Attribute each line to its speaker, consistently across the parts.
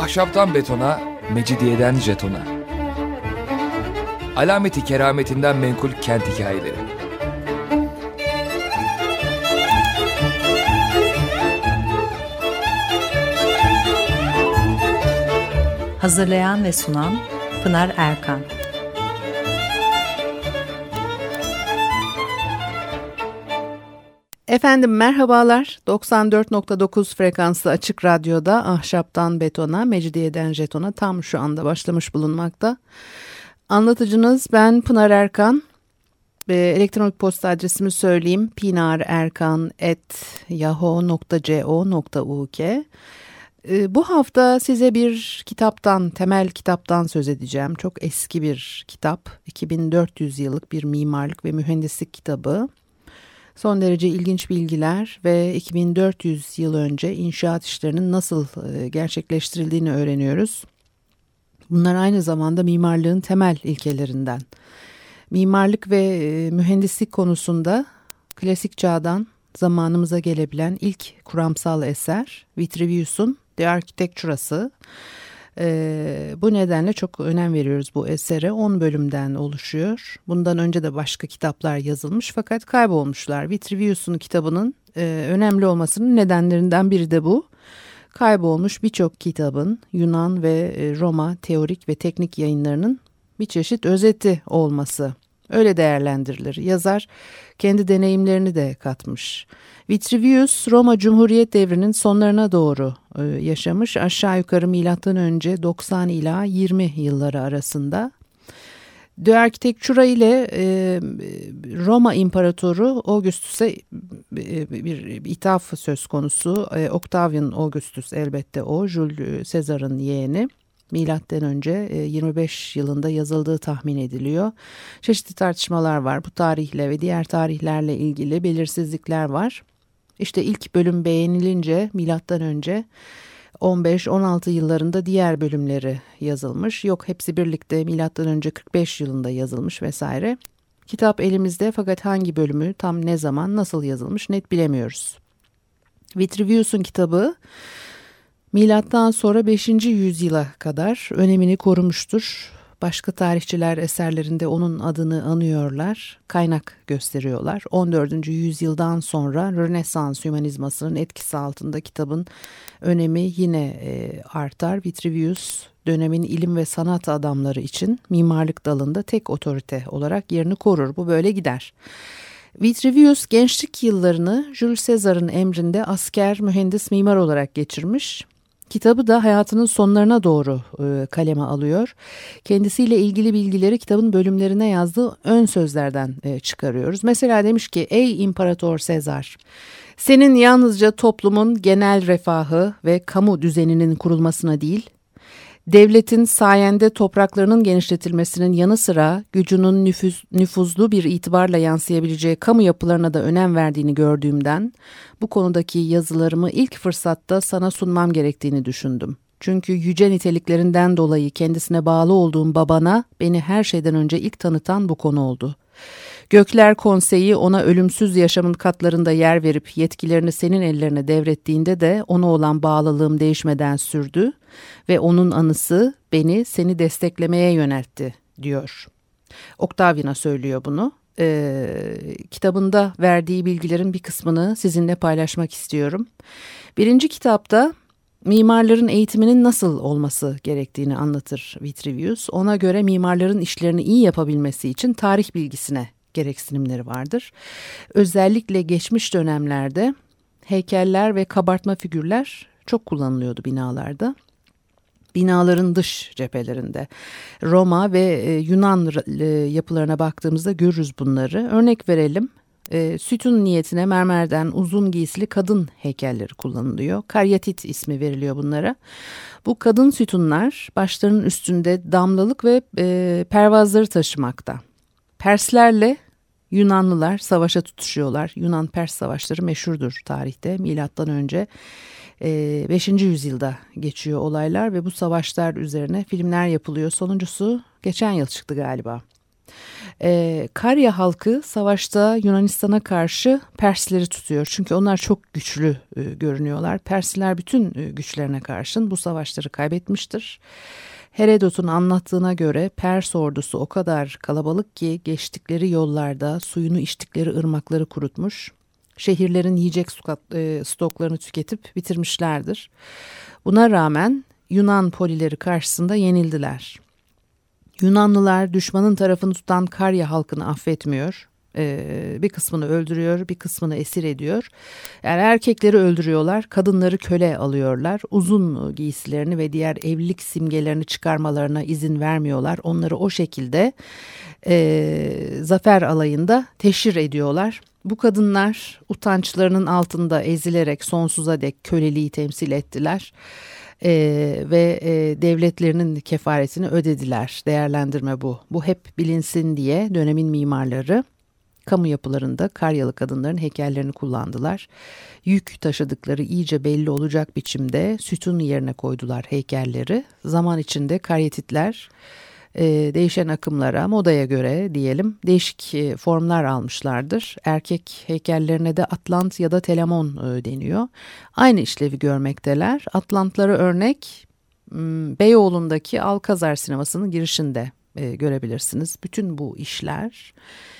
Speaker 1: Ahşaptan betona, mecidiyeden jetona. Alameti kerametinden menkul kent hikayeleri.
Speaker 2: Hazırlayan ve sunan Pınar Erkan.
Speaker 3: Efendim merhabalar. 94.9 frekanslı Açık Radyo'da Ahşaptan Betona, Mecidiyeden Jeton'a tam şu anda başlamış bulunmakta. Anlatıcınız ben Pınar Erkan. Elektronik posta adresimi söyleyeyim: pinarerkan@yahoo.co.uk. Bu hafta size bir kitaptan, temel kitaptan söz edeceğim. Çok eski bir kitap. 2400 yıllık bir mimarlık ve mühendislik kitabı. Son derece ilginç bilgiler ve 2400 yıl önce inşaat işlerinin nasıl gerçekleştirildiğini öğreniyoruz. Bunlar aynı zamanda mimarlığın temel ilkelerinden. Mimarlık ve mühendislik konusunda klasik çağdan zamanımıza gelebilen ilk kuramsal eser Vitruvius'un De Architectura'sı. Bu nedenle çok önem veriyoruz bu esere. 10 bölümden oluşuyor. Bundan önce de başka kitaplar yazılmış fakat kaybolmuşlar. Vitruvius'un kitabının önemli olmasının nedenlerinden biri de bu. Kaybolmuş birçok kitabın Yunan ve Roma teorik ve teknik yayınlarının bir çeşit özeti olması. Öyle değerlendirilir. Yazar kendi deneyimlerini de katmış. Vitruvius Roma Cumhuriyet devrinin sonlarına doğru yaşamış. Aşağı yukarı milattan önce 90 ila 20 yılları arasında. De Architectura ile Roma İmparatoru Augustus'e bir ithaf söz konusu. Octavian Augustus elbette o, Jules Caesar'ın yeğeni. Milattan önce 25 yılında yazıldığı tahmin ediliyor. Çeşitli tartışmalar var. Bu tarihle ve diğer tarihlerle ilgili belirsizlikler var. İşte ilk bölüm beğenilince milattan önce 15-16 yıllarında diğer bölümleri yazılmış. Yok, hepsi birlikte milattan önce 45 yılında yazılmış vesaire. Kitap elimizde fakat hangi bölümü tam ne zaman nasıl yazılmış net bilemiyoruz. Vitruvius'un kitabı milattan sonra 5. yüzyıla kadar önemini korumuştur. Başka tarihçiler eserlerinde onun adını anıyorlar, kaynak gösteriyorlar. 14. yüzyıldan sonra Rönesans hümanizmasının etkisi altında kitabın önemi yine artar. Vitruvius dönemin ilim ve sanat adamları için mimarlık dalında tek otorite olarak yerini korur. Bu böyle gider. Vitruvius gençlik yıllarını Jules Caesar'ın emrinde asker, mühendis, mimar olarak geçirmiş. Kitabı da hayatının sonlarına doğru kaleme alıyor. Kendisiyle ilgili bilgileri kitabın bölümlerine yazdığı ön sözlerden çıkarıyoruz. Mesela demiş ki: "Ey İmparator Sezar, senin yalnızca toplumun genel refahı ve kamu düzeninin kurulmasına değil, devletin sayende topraklarının genişletilmesinin yanı sıra gücünün nüfuzlu bir itibarla yansıyabileceği kamu yapılarına da önem verdiğini gördüğümden bu konudaki yazılarımı ilk fırsatta sana sunmam gerektiğini düşündüm. Çünkü yüce niteliklerinden dolayı kendisine bağlı olduğum babana beni her şeyden önce ilk tanıtan bu konu oldu. Gökler Konseyi ona ölümsüz yaşamın katlarında yer verip yetkilerini senin ellerine devrettiğinde de ona olan bağlılığım değişmeden sürdü ve onun anısı beni seni desteklemeye yöneltti," diyor. Octavian'a söylüyor bunu. Kitabında verdiği bilgilerin bir kısmını sizinle paylaşmak istiyorum. Birinci kitapta mimarların eğitiminin nasıl olması gerektiğini anlatır Vitruvius. Ona göre mimarların işlerini iyi yapabilmesi için tarih bilgisine gereksinimleri vardır. Özellikle geçmiş dönemlerde heykeller ve kabartma figürler çok kullanılıyordu binalarda. Binaların dış cephelerinde Roma ve Yunan yapılarına baktığımızda görürüz bunları. Örnek verelim. Sütun niyetine mermerden uzun giysili kadın heykelleri kullanılıyor. Karyatit ismi veriliyor bunlara. Bu kadın sütunlar başlarının üstünde damlalık ve pervazları taşımakta. Perslerle Yunanlılar savaşa tutuşuyorlar. Yunan-Pers savaşları meşhurdur tarihte. Milattan önce 5. yüzyılda geçiyor olaylar ve bu savaşlar üzerine filmler yapılıyor. Sonuncusu geçen yıl çıktı galiba. Karya halkı savaşta Yunanistan'a karşı Persleri tutuyor. Çünkü onlar çok güçlü görünüyorlar. Persliler bütün güçlerine karşın bu savaşları kaybetmiştir. Herodot'un anlattığına göre Pers ordusu o kadar kalabalık ki geçtikleri yollarda suyunu içtikleri ırmakları kurutmuş. Şehirlerin yiyecek stoklarını tüketip bitirmişlerdir. Buna rağmen Yunan polileri karşısında yenildiler. Yunanlılar düşmanın tarafını tutan Karya halkını affetmiyor. Bir kısmını öldürüyor, bir kısmını esir ediyor. Yani erkekleri öldürüyorlar, kadınları köle alıyorlar. Uzun giysilerini ve diğer evlilik simgelerini çıkarmalarına izin vermiyorlar. Onları o şekilde zafer alayında teşhir ediyorlar. Bu kadınlar utançlarının altında ezilerek sonsuza dek köleliği temsil ettiler. Ve devletlerinin kefaretini ödediler. Değerlendirme bu. Bu hep bilinsin diye dönemin mimarları kamu yapılarında Karyalı kadınların heykellerini kullandılar. Yük taşıdıkları iyice belli olacak biçimde sütun yerine koydular heykelleri. Zaman içinde karyatitler değişen akımlara, modaya göre diyelim değişik formlar almışlardır. Erkek heykellerine de Atlant ya da Telamon deniyor. Aynı işlevi görmekteler. Atlantlara örnek Beyoğlu'ndaki Alkazar sinemasının girişinde görebilirsiniz. Bütün bu işler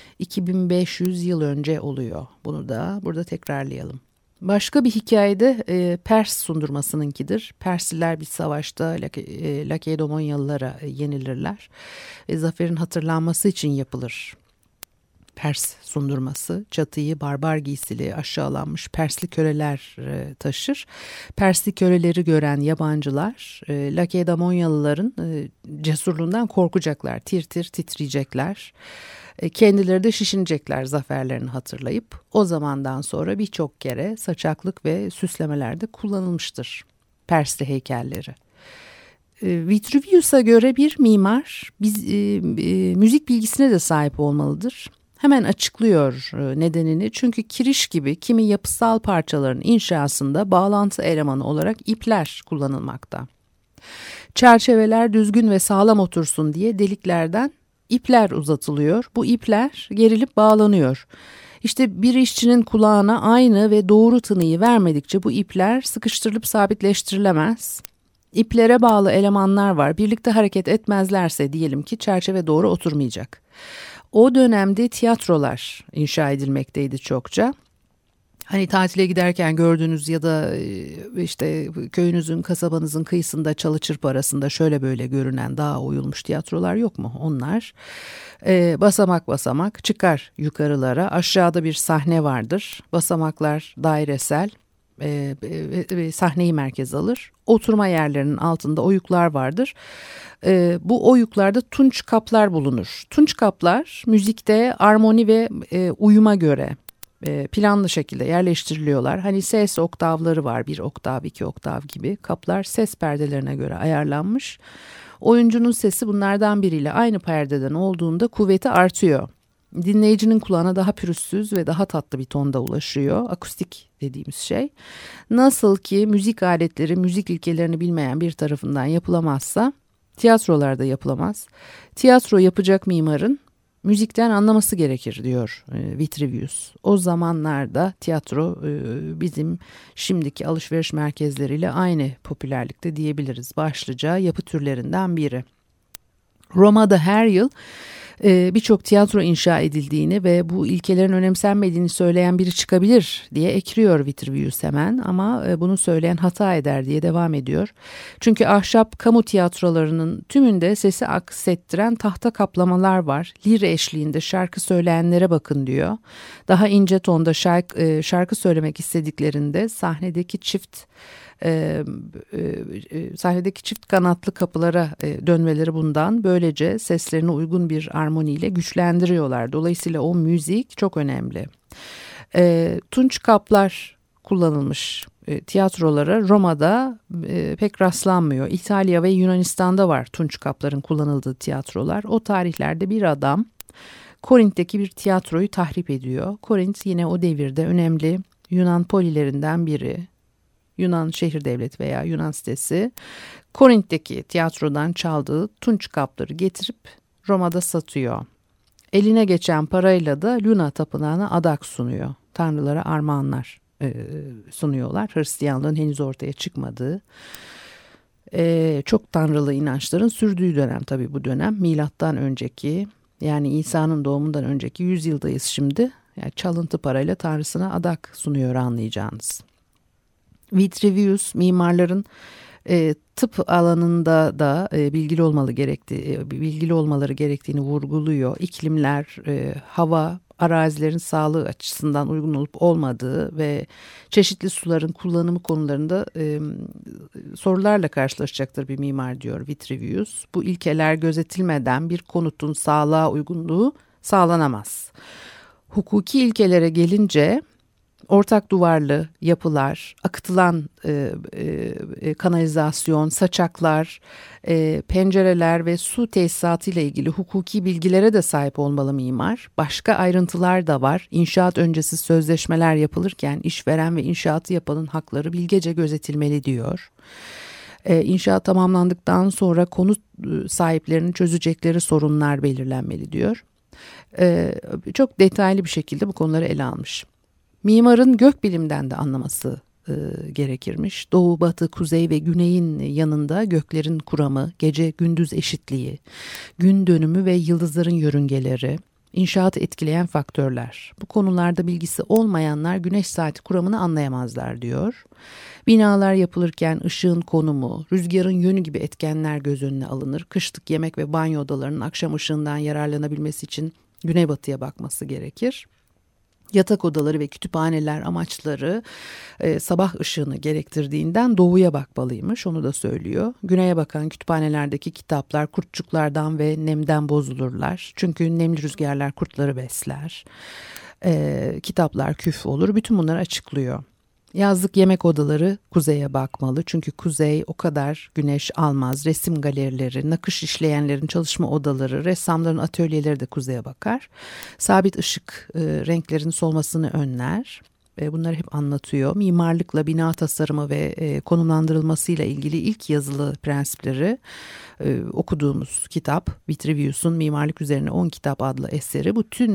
Speaker 3: 2500 yıl önce oluyor. Bunu da burada tekrarlayalım. Başka bir hikayede Pers sundurmasınınkidir. Persliler bir savaşta Lakedomonyalılara yenilirler ve zaferin hatırlanması için yapılır. Pers sundurması, çatıyı barbar giysili aşağılanmış Persli köleler taşır. Persli köleleri gören yabancılar Lakedomonyalıların cesurluğundan korkacaklar, tir tir titreyecekler. Kendileri de şişinecekler zaferlerini hatırlayıp. O zamandan sonra birçok kere saçaklık ve süslemelerde kullanılmıştır Persli heykelleri. Vitruvius'a göre bir mimar müzik bilgisine de sahip olmalıdır. Hemen açıklıyor nedenini, çünkü kiriş gibi kimi yapısal parçaların inşasında bağlantı elemanı olarak ipler kullanılmakta. Çerçeveler düzgün ve sağlam otursun diye deliklerden ipler uzatılıyor. Bu ipler gerilip bağlanıyor. İşte bir işçinin kulağına aynı ve doğru tınıyı vermedikçe bu ipler sıkıştırılıp sabitleştirilemez. İplere bağlı elemanlar var. Birlikte hareket etmezlerse diyelim ki çerçeve doğru oturmayacak. O dönemde tiyatrolar inşa edilmekteydi çokça. Hani tatile giderken gördüğünüz ya da işte köyünüzün, kasabanızın kıyısında çalı çırpı arasında şöyle böyle görünen daha oyulmuş tiyatrolar yok mu? Onlar basamak basamak çıkar yukarılara. Aşağıda bir sahne vardır. Basamaklar dairesel. Sahneyi merkez alır. Oturma yerlerinin altında oyuklar vardır. Bu oyuklarda tunç kaplar bulunur. Tunç kaplar müzikte armoni ve uyuma göre planlı şekilde yerleştiriliyorlar. Hani ses oktavları var, 1 oktav, 2 oktav gibi. Kaplar ses perdelerine göre ayarlanmış. Oyuncunun sesi bunlardan biriyle aynı perdeden olduğunda kuvveti artıyor. Dinleyicinin kulağına daha pürüzsüz ve daha tatlı bir tonda ulaşıyor. Akustik dediğimiz şey. Nasıl ki müzik aletleri müzik ilkelerini bilmeyen bir tarafından yapılamazsa tiyatrolarda yapılamaz. Tiyatro yapacak mimarın müzikten anlaması gerekir diyor Vitruvius. O zamanlarda tiyatro bizim şimdiki alışveriş merkezleriyle aynı popülerlikte diyebiliriz. Başlıca yapı türlerinden biri. Roma'da her yıl birçok tiyatro inşa edildiğini ve bu ilkelerin önemsenmediğini söyleyen biri çıkabilir diye ekliyor Vitruvius hemen, ama bunu söyleyen hata eder diye devam ediyor. Çünkü ahşap kamu tiyatrolarının tümünde sesi aksettiren tahta kaplamalar var. Lire eşliğinde şarkı söyleyenlere bakın diyor. Daha ince tonda şarkı söylemek istediklerinde sahnedeki çift kanatlı kapılara dönmeleri bundan. Böylece seslerini uygun bir armoniyle güçlendiriyorlar. Dolayısıyla o müzik çok önemli. Tunç kaplar kullanılmış tiyatrolara Roma'da pek rastlanmıyor. İtalya ve Yunanistan'da var tunç kapların kullanıldığı tiyatrolar. O tarihlerde bir adam Korint'teki bir tiyatroyu tahrip ediyor. Korint yine o devirde önemli Yunan polilerinden biri. Yunan şehir devleti veya Yunan sitesi Korint'teki tiyatrodan çaldığı tunç kapları getirip Roma'da satıyor. Eline geçen parayla da Luna Tapınağı'na adak sunuyor. Tanrılara armağanlar sunuyorlar. Hristiyanlığın henüz ortaya çıkmadığı, çok tanrılı inançların sürdüğü dönem tabii bu dönem. Milattan önceki, yani İsa'nın doğumundan önceki 100 yıldayız şimdi. Yani çalıntı parayla tanrısına adak sunuyor anlayacağınız. Vitruvius mimarların tıp alanında da bilgili olmaları gerektiğini vurguluyor. İklimler, hava, arazilerin sağlığı açısından uygun olup olmadığı ve çeşitli suların kullanımı konularında sorularla karşılaşacaktır bir mimar diyor Vitruvius. Bu ilkeler gözetilmeden bir konutun sağlığa uygunluğu sağlanamaz. Hukuki ilkelere gelince ortak duvarlı yapılar, akıtılan kanalizasyon, saçaklar, pencereler ve su tesisatı ile ilgili hukuki bilgilere de sahip olmalı mimar. Başka ayrıntılar da var. İnşaat öncesi sözleşmeler yapılırken işveren ve inşaatı yapanın hakları bilgece gözetilmeli diyor. İnşaat tamamlandıktan sonra konut sahiplerinin çözecekleri sorunlar belirlenmeli diyor. Çok detaylı bir şekilde bu konuları ele almış. Mimarın gökbilimden de anlaması gerekirmiş. Doğu, batı, kuzey ve güneyin yanında göklerin kuramı, gece gündüz eşitliği, gün dönümü ve yıldızların yörüngeleri, inşaatı etkileyen faktörler. Bu konularda bilgisi olmayanlar güneş saati kuramını anlayamazlar diyor. Binalar yapılırken ışığın konumu, rüzgarın yönü gibi etkenler göz önüne alınır. Kışlık yemek ve banyo odalarının akşam ışığından yararlanabilmesi için güneybatıya bakması gerekir. Yatak odaları ve kütüphaneler amaçları sabah ışığını gerektirdiğinden doğuya bakmalıymış, onu da söylüyor. Güneye bakan kütüphanelerdeki kitaplar kurtçuklardan ve nemden bozulurlar. Çünkü nemli rüzgarlar kurtları besler. Kitaplar küf olur. Bütün bunları açıklıyor. Yazlık yemek odaları kuzeye bakmalı. Çünkü kuzey o kadar güneş almaz. Resim galerileri, nakış işleyenlerin çalışma odaları, ressamların atölyeleri de kuzeye bakar. Sabit ışık renklerin solmasını önler. Bunları hep anlatıyor. Mimarlıkla bina tasarımı ve konumlandırılmasıyla ilgili ilk yazılı prensipleri okuduğumuz kitap, Vitruvius'un Mimarlık Üzerine 10 Kitap adlı eseri.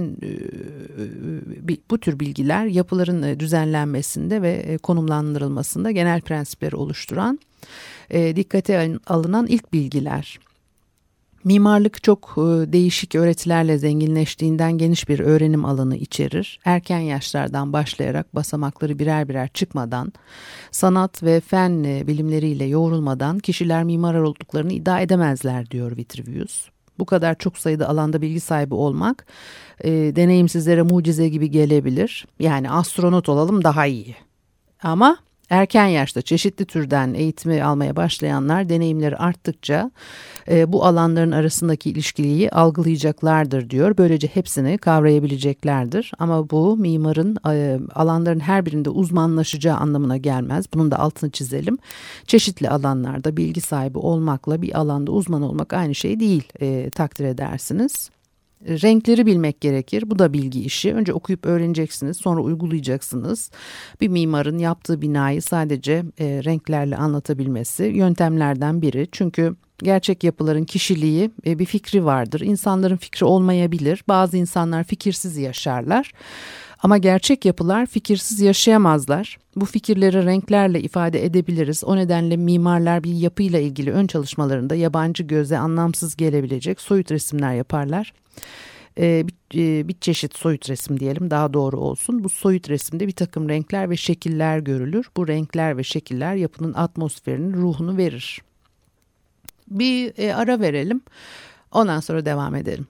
Speaker 3: Bu tür bilgiler yapıların düzenlenmesinde ve konumlandırılmasında genel prensipleri oluşturan, dikkate alınan ilk bilgiler. Mimarlık çok değişik öğretilerle zenginleştiğinden geniş bir öğrenim alanı içerir. Erken yaşlardan başlayarak basamakları birer birer çıkmadan, sanat ve fen bilimleriyle yoğrulmadan kişiler mimar olduklarını iddia edemezler diyor Vitruvius. Bu kadar çok sayıda alanda bilgi sahibi olmak deneyimsizlere mucize gibi gelebilir. Yani astronot olalım daha iyi. Ama erken yaşta çeşitli türden eğitimi almaya başlayanlar deneyimleri arttıkça bu alanların arasındaki ilişkiliği algılayacaklardır diyor. Böylece hepsini kavrayabileceklerdir. Ama bu mimarın alanların her birinde uzmanlaşacağı anlamına gelmez. Bunun da altını çizelim. Çeşitli alanlarda bilgi sahibi olmakla bir alanda uzman olmak aynı şey değil, takdir edersiniz. Renkleri bilmek gerekir. Bu da bilgi işi. Önce okuyup öğreneceksiniz, sonra uygulayacaksınız. Bir mimarın yaptığı binayı sadece renklerle anlatabilmesi yöntemlerden biri. Çünkü gerçek yapıların kişiliği, bir fikri vardır. İnsanların fikri olmayabilir. Bazı insanlar fikirsiz yaşarlar. Ama gerçek yapılar fikirsiz yaşayamazlar. Bu fikirleri renklerle ifade edebiliriz. O nedenle mimarlar bir yapıyla ilgili ön çalışmalarında yabancı göze anlamsız gelebilecek soyut resimler yaparlar. Bir çeşit soyut resim diyelim, daha doğru olsun. Bu soyut resimde bir takım renkler ve şekiller görülür. Bu renkler ve şekiller yapının atmosferinin ruhunu verir. Bir ara verelim. Ondan sonra devam edelim.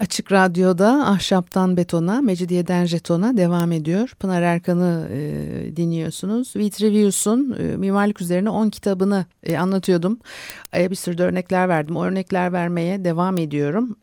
Speaker 3: Açık Radyo'da Ahşaptan Betona, Mecidiyeden Jeton'a devam ediyor. Pınar Erkan'ı dinliyorsunuz. Vitrevius'un mimarlık üzerine 10 kitabını anlatıyordum. Bir sürü de örnekler verdim. O örnekler vermeye devam ediyorum.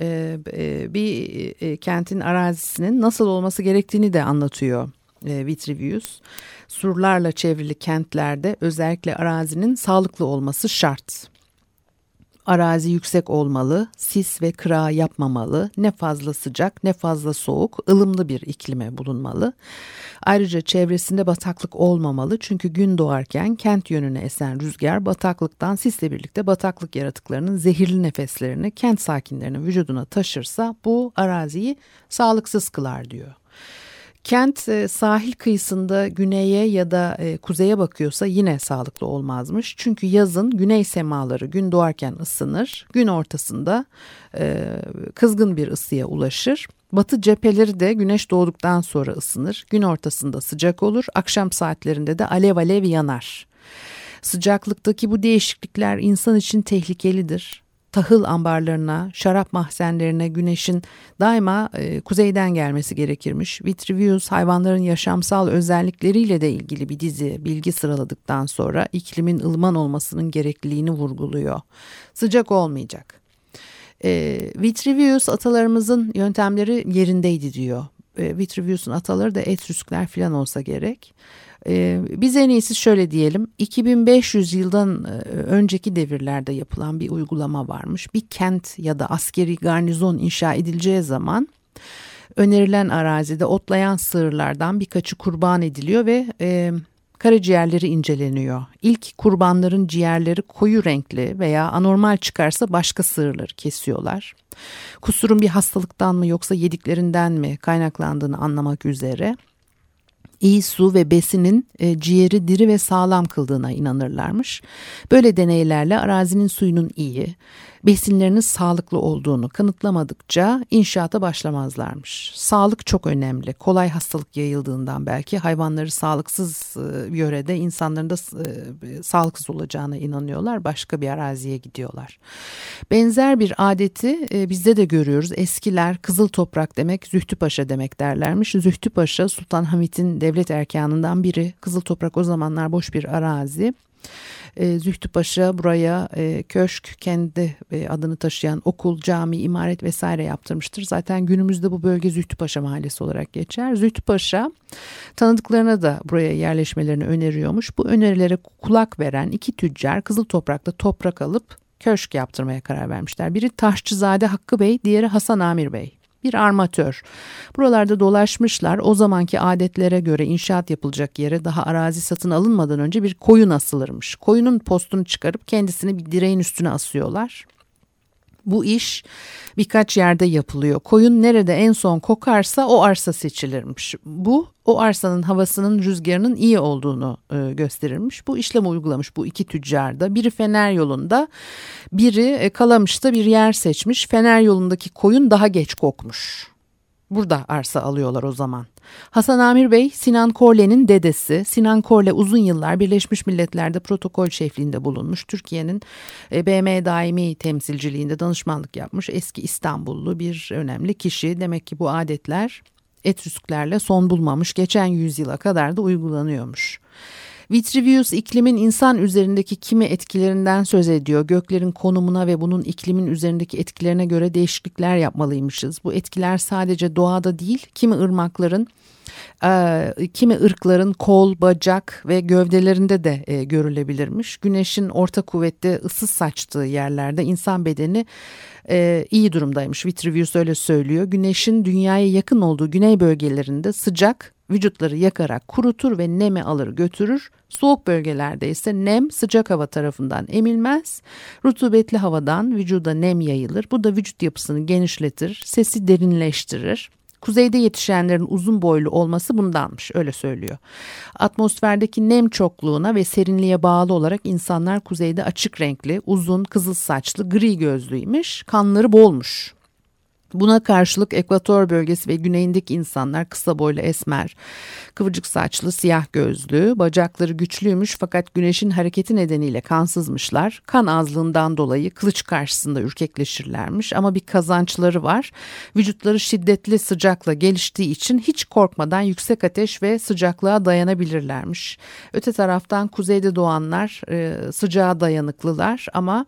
Speaker 3: Bir kentin arazisinin nasıl olması gerektiğini de anlatıyor Vitrevius. Surlarla çevrili kentlerde özellikle arazinin sağlıklı olması şart. Arazi yüksek olmalı, sis ve kıra yapmamalı, ne fazla sıcak ne fazla soğuk, ılımlı bir iklime bulunmalı. Ayrıca çevresinde bataklık olmamalı çünkü gün doğarken kent yönüne esen rüzgar bataklıktan sisle birlikte bataklık yaratıklarının zehirli nefeslerini kent sakinlerinin vücuduna taşırsa bu araziyi sağlıksız kılar diyor. Kent sahil kıyısında güneye ya da kuzeye bakıyorsa yine sağlıklı olmazmış. Çünkü yazın güney semaları gün doğarken ısınır, gün ortasında kızgın bir ısıya ulaşır. Batı cepheleri de güneş doğduktan sonra ısınır, gün ortasında sıcak olur, akşam saatlerinde de alev alev yanar. Sıcaklıktaki bu değişiklikler insan için tehlikelidir. Tahıl ambarlarına, şarap mahzenlerine güneşin daima kuzeyden gelmesi gerekirmiş. Vitrevius hayvanların yaşamsal özellikleriyle de ilgili bir dizi bilgi sıraladıktan sonra iklimin ılıman olmasının gerekliliğini vurguluyor. Sıcak olmayacak. Vitrevius atalarımızın yöntemleri yerindeydi diyor. Vitrevius'un ataları da Etrüskler falan olsa gerek. Biz en iyisi şöyle diyelim, 2500 yıldan önceki devirlerde yapılan bir uygulama varmış. Bir kent ya da askeri garnizon inşa edileceği zaman önerilen arazide otlayan sığırlardan birkaçı kurban ediliyor ve karaciğerleri inceleniyor. İlk kurbanların ciğerleri koyu renkli veya anormal çıkarsa başka sığırları kesiyorlar. Kusurun bir hastalıktan mı yoksa yediklerinden mi kaynaklandığını anlamak üzere İyi su ve besinin ciğeri diri ve sağlam kıldığına inanırlarmış. Böyle deneylerle arazinin suyunun iyi, besinlerinin sağlıklı olduğunu kanıtlamadıkça inşaata başlamazlarmış. Sağlık çok önemli. Kolay hastalık yayıldığından belki hayvanları sağlıksız yörede insanların da sağlıksız olacağına inanıyorlar. Başka bir araziye gidiyorlar. Benzer bir adeti bizde de görüyoruz. Eskiler kızıl toprak demek Zühtü Paşa demek derlermiş. Zühtü Paşa Sultan Hamit'in devlet erkanından biri. Kızıl toprak o zamanlar boş bir arazi. Zühtü Paşa buraya köşk, kendi adını taşıyan okul, cami, imaret vesaire yaptırmıştır. Zaten günümüzde bu bölge Zühtü Paşa Mahallesi olarak geçer. Zühtü Paşa tanıdıklarına da buraya yerleşmelerini öneriyormuş. Bu önerilere kulak veren iki tüccar kızıl toprakta toprak alıp köşk yaptırmaya karar vermişler. Biri Taşçızade Hakkı Bey, diğeri Hasan Amir Bey. Bir armatör. Buralarda dolaşmışlar. O zamanki adetlere göre inşaat yapılacak yere daha arazi satın alınmadan önce bir koyun asılırmış. Koyunun postunu çıkarıp kendisini bir direğin üstüne asıyorlar. Bu iş birkaç yerde yapılıyor. Koyun nerede en son kokarsa o arsa seçilirmiş. Bu o arsanın havasının rüzgarının iyi olduğunu gösterirmiş. Bu işlemi uygulamış bu iki tüccar da. Biri Fener yolunda, biri Kalamış'ta bir yer seçmiş. Fener yolundaki koyun daha geç kokmuş. Burada arsa alıyorlar o zaman. Hasan Amir Bey, Sinan Korle'nin dedesi. Sinan Korle uzun yıllar Birleşmiş Milletler'de protokol şefliğinde bulunmuş. Türkiye'nin BM daimi temsilciliğinde danışmanlık yapmış. Eski İstanbullu bir önemli kişi. Demek ki bu adetler Etrüsklerle son bulmamış. Geçen yüzyıla kadar da uygulanıyormuş. Vitrevius iklimin insan üzerindeki kimi etkilerinden söz ediyor. Göklerin konumuna ve bunun iklimin üzerindeki etkilerine göre değişiklikler yapmalıymışız. Bu etkiler sadece doğada değil, kimi ırkların kol, bacak ve gövdelerinde de görülebilirmiş. Güneşin orta kuvvette ısı saçtığı yerlerde insan bedeni iyi durumdaymış. Vitrevius öyle söylüyor. Güneşin dünyaya yakın olduğu güney bölgelerinde sıcak vücutları yakarak kurutur ve nemi alır götürür. Soğuk bölgelerde ise nem sıcak hava tarafından emilmez. Rutubetli havadan vücuda nem yayılır. Bu da vücut yapısını genişletir, sesi derinleştirir. Kuzeyde yetişenlerin uzun boylu olması bundanmış, öyle söylüyor. Atmosferdeki nem çokluğuna ve serinliğe bağlı olarak insanlar kuzeyde açık renkli, uzun, kızıl saçlı, gri gözlüymiş, kanları bolmuş. Buna karşılık Ekvator bölgesi ve güneyindeki insanlar kısa boylu, esmer, kıvırcık saçlı, siyah gözlü, bacakları güçlüymüş fakat güneşin hareketi nedeniyle kansızmışlar. Kan azlığından dolayı kılıç karşısında ürkekleşirlermiş ama bir kazançları var. Vücutları şiddetli sıcakla geliştiği için hiç korkmadan yüksek ateş ve sıcaklığa dayanabilirlermiş. Öte taraftan kuzeyde doğanlar sıcağa dayanıklılar ama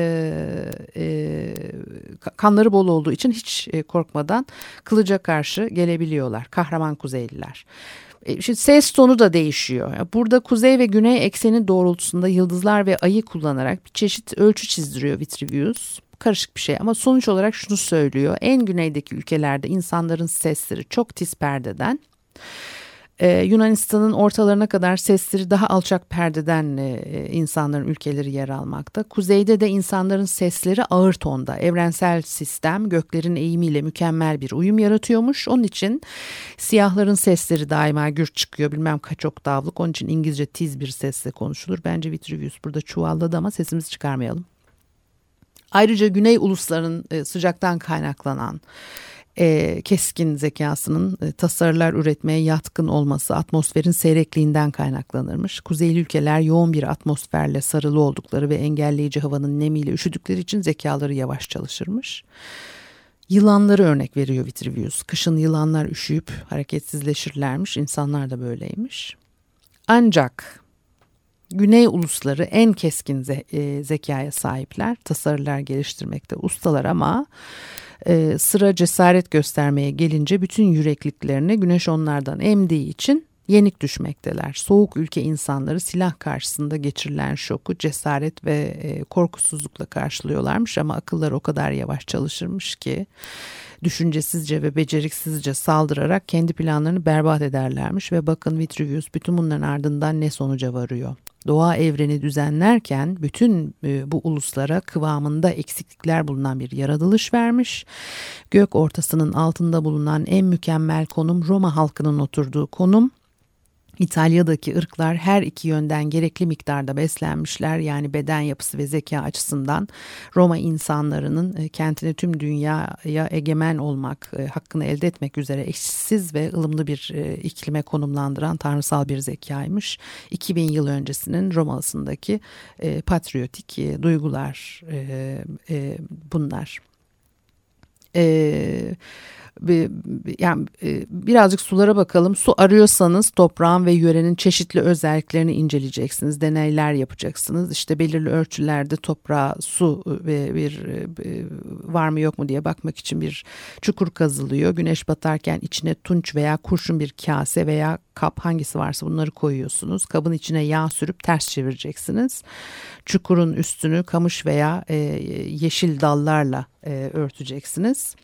Speaker 3: kanları bol olduğu için hiç korkmadan kılıca karşı gelebiliyorlar. Kahraman Kuzeyliler. Şimdi ses tonu da değişiyor. Burada kuzey ve güney ekseni doğrultusunda yıldızlar ve ayı kullanarak bir çeşit ölçü çizdiriyor Vitruvius. Karışık bir şey ama sonuç olarak şunu söylüyor. En güneydeki ülkelerde insanların sesleri çok tiz perdeden, Yunanistan'ın ortalarına kadar sesleri daha alçak perdeden insanların ülkeleri yer almakta. Kuzeyde de insanların sesleri ağır tonda. Evrensel sistem göklerin eğimiyle mükemmel bir uyum yaratıyormuş. Onun için siyahların sesleri daima gür çıkıyor. Bilmem kaç oktavlık. Onun için İngilizce tiz bir sesle konuşulur. Bence Vitruvius burada çuvalladı ama sesimizi çıkarmayalım. Ayrıca güney uluslarının sıcaktan kaynaklanan keskin zekasının tasarılar üretmeye yatkın olması atmosferin seyrekliğinden kaynaklanırmış. Kuzeyli ülkeler yoğun bir atmosferle sarılı oldukları ve engelleyici havanın nemiyle üşüdükleri için zekaları yavaş çalışırmış. Yılanları örnek veriyor Vitruvius. Kışın yılanlar üşüyüp hareketsizleşirlermiş. İnsanlar da böyleymiş. Ancak güney ulusları en keskin zekaya sahipler. Tasarılar geliştirmekte ustalar ama sıra cesaret göstermeye gelince bütün yürekliklerini güneş onlardan emdiği için yenik düşmekteler. Soğuk ülke insanları silah karşısında geçirilen şoku cesaret ve korkusuzlukla karşılıyorlarmış ama akılları o kadar yavaş çalışırmış ki düşüncesizce ve beceriksizce saldırarak kendi planlarını berbat ederlermiş ve bakın Vitruvius bütün bunların ardından ne sonuca varıyor. Doğa evreni düzenlerken bütün bu uluslara kıvamında eksiklikler bulunan bir yaratılış vermiş. Gök ortasının altında bulunan en mükemmel konum Roma halkının oturduğu konum. İtalya'daki ırklar her iki yönden gerekli miktarda beslenmişler. Yani beden yapısı ve zeka açısından Roma insanlarının kentine tüm dünyaya egemen olmak, hakkını elde etmek üzere eşsiz ve ılımlı bir iklime konumlandıran tanrısal bir zekaymış. 2000 yıl öncesinin Roma'sındaki patriotik duygular bunlar. Yani birazcık sulara bakalım. Su arıyorsanız toprağın ve yörenin çeşitli özelliklerini inceleyeceksiniz. Deneyler yapacaksınız. İşte belirli ölçülerde toprağa su ve bir var mı yok mu diye bakmak için bir çukur kazılıyor. Güneş batarken içine tunç veya kurşun bir kase veya kap hangisi varsa bunları koyuyorsunuz. Kabın içine yağ sürüp ters çevireceksiniz. Çukurun üstünü kamış veya yeşil dallarla örteceksiniz.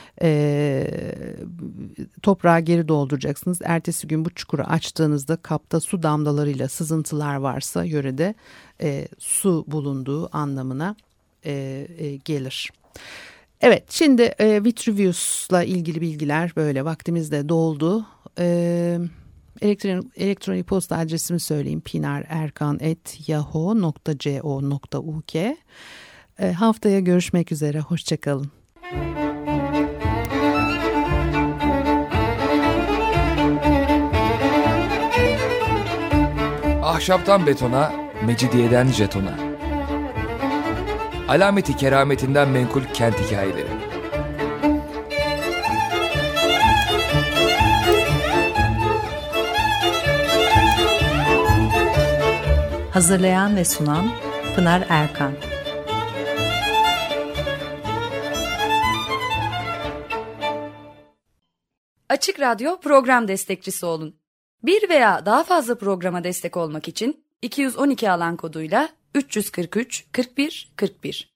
Speaker 3: Toprağı geri dolduracaksınız. Ertesi gün bu çukuru açtığınızda kapta su damlalarıyla sızıntılar varsa yörede su bulunduğu anlamına gelir. Evet, şimdi Vitruvius'la ilgili bilgiler böyle, vaktimiz de doldu. Elektronik posta adresimi söyleyeyim: pinarerkan@yahoo.co.uk. Haftaya görüşmek üzere, hoşçakalın.
Speaker 1: Ahşaptan betona, mecidiyeden jetona. Alameti kerametinden menkul kent hikayeleri.
Speaker 2: Hazırlayan ve sunan Pınar Erkan.
Speaker 4: Açık Radyo program destekçisi olun. Bir veya daha fazla programa destek olmak için 212 alan koduyla 343 41 41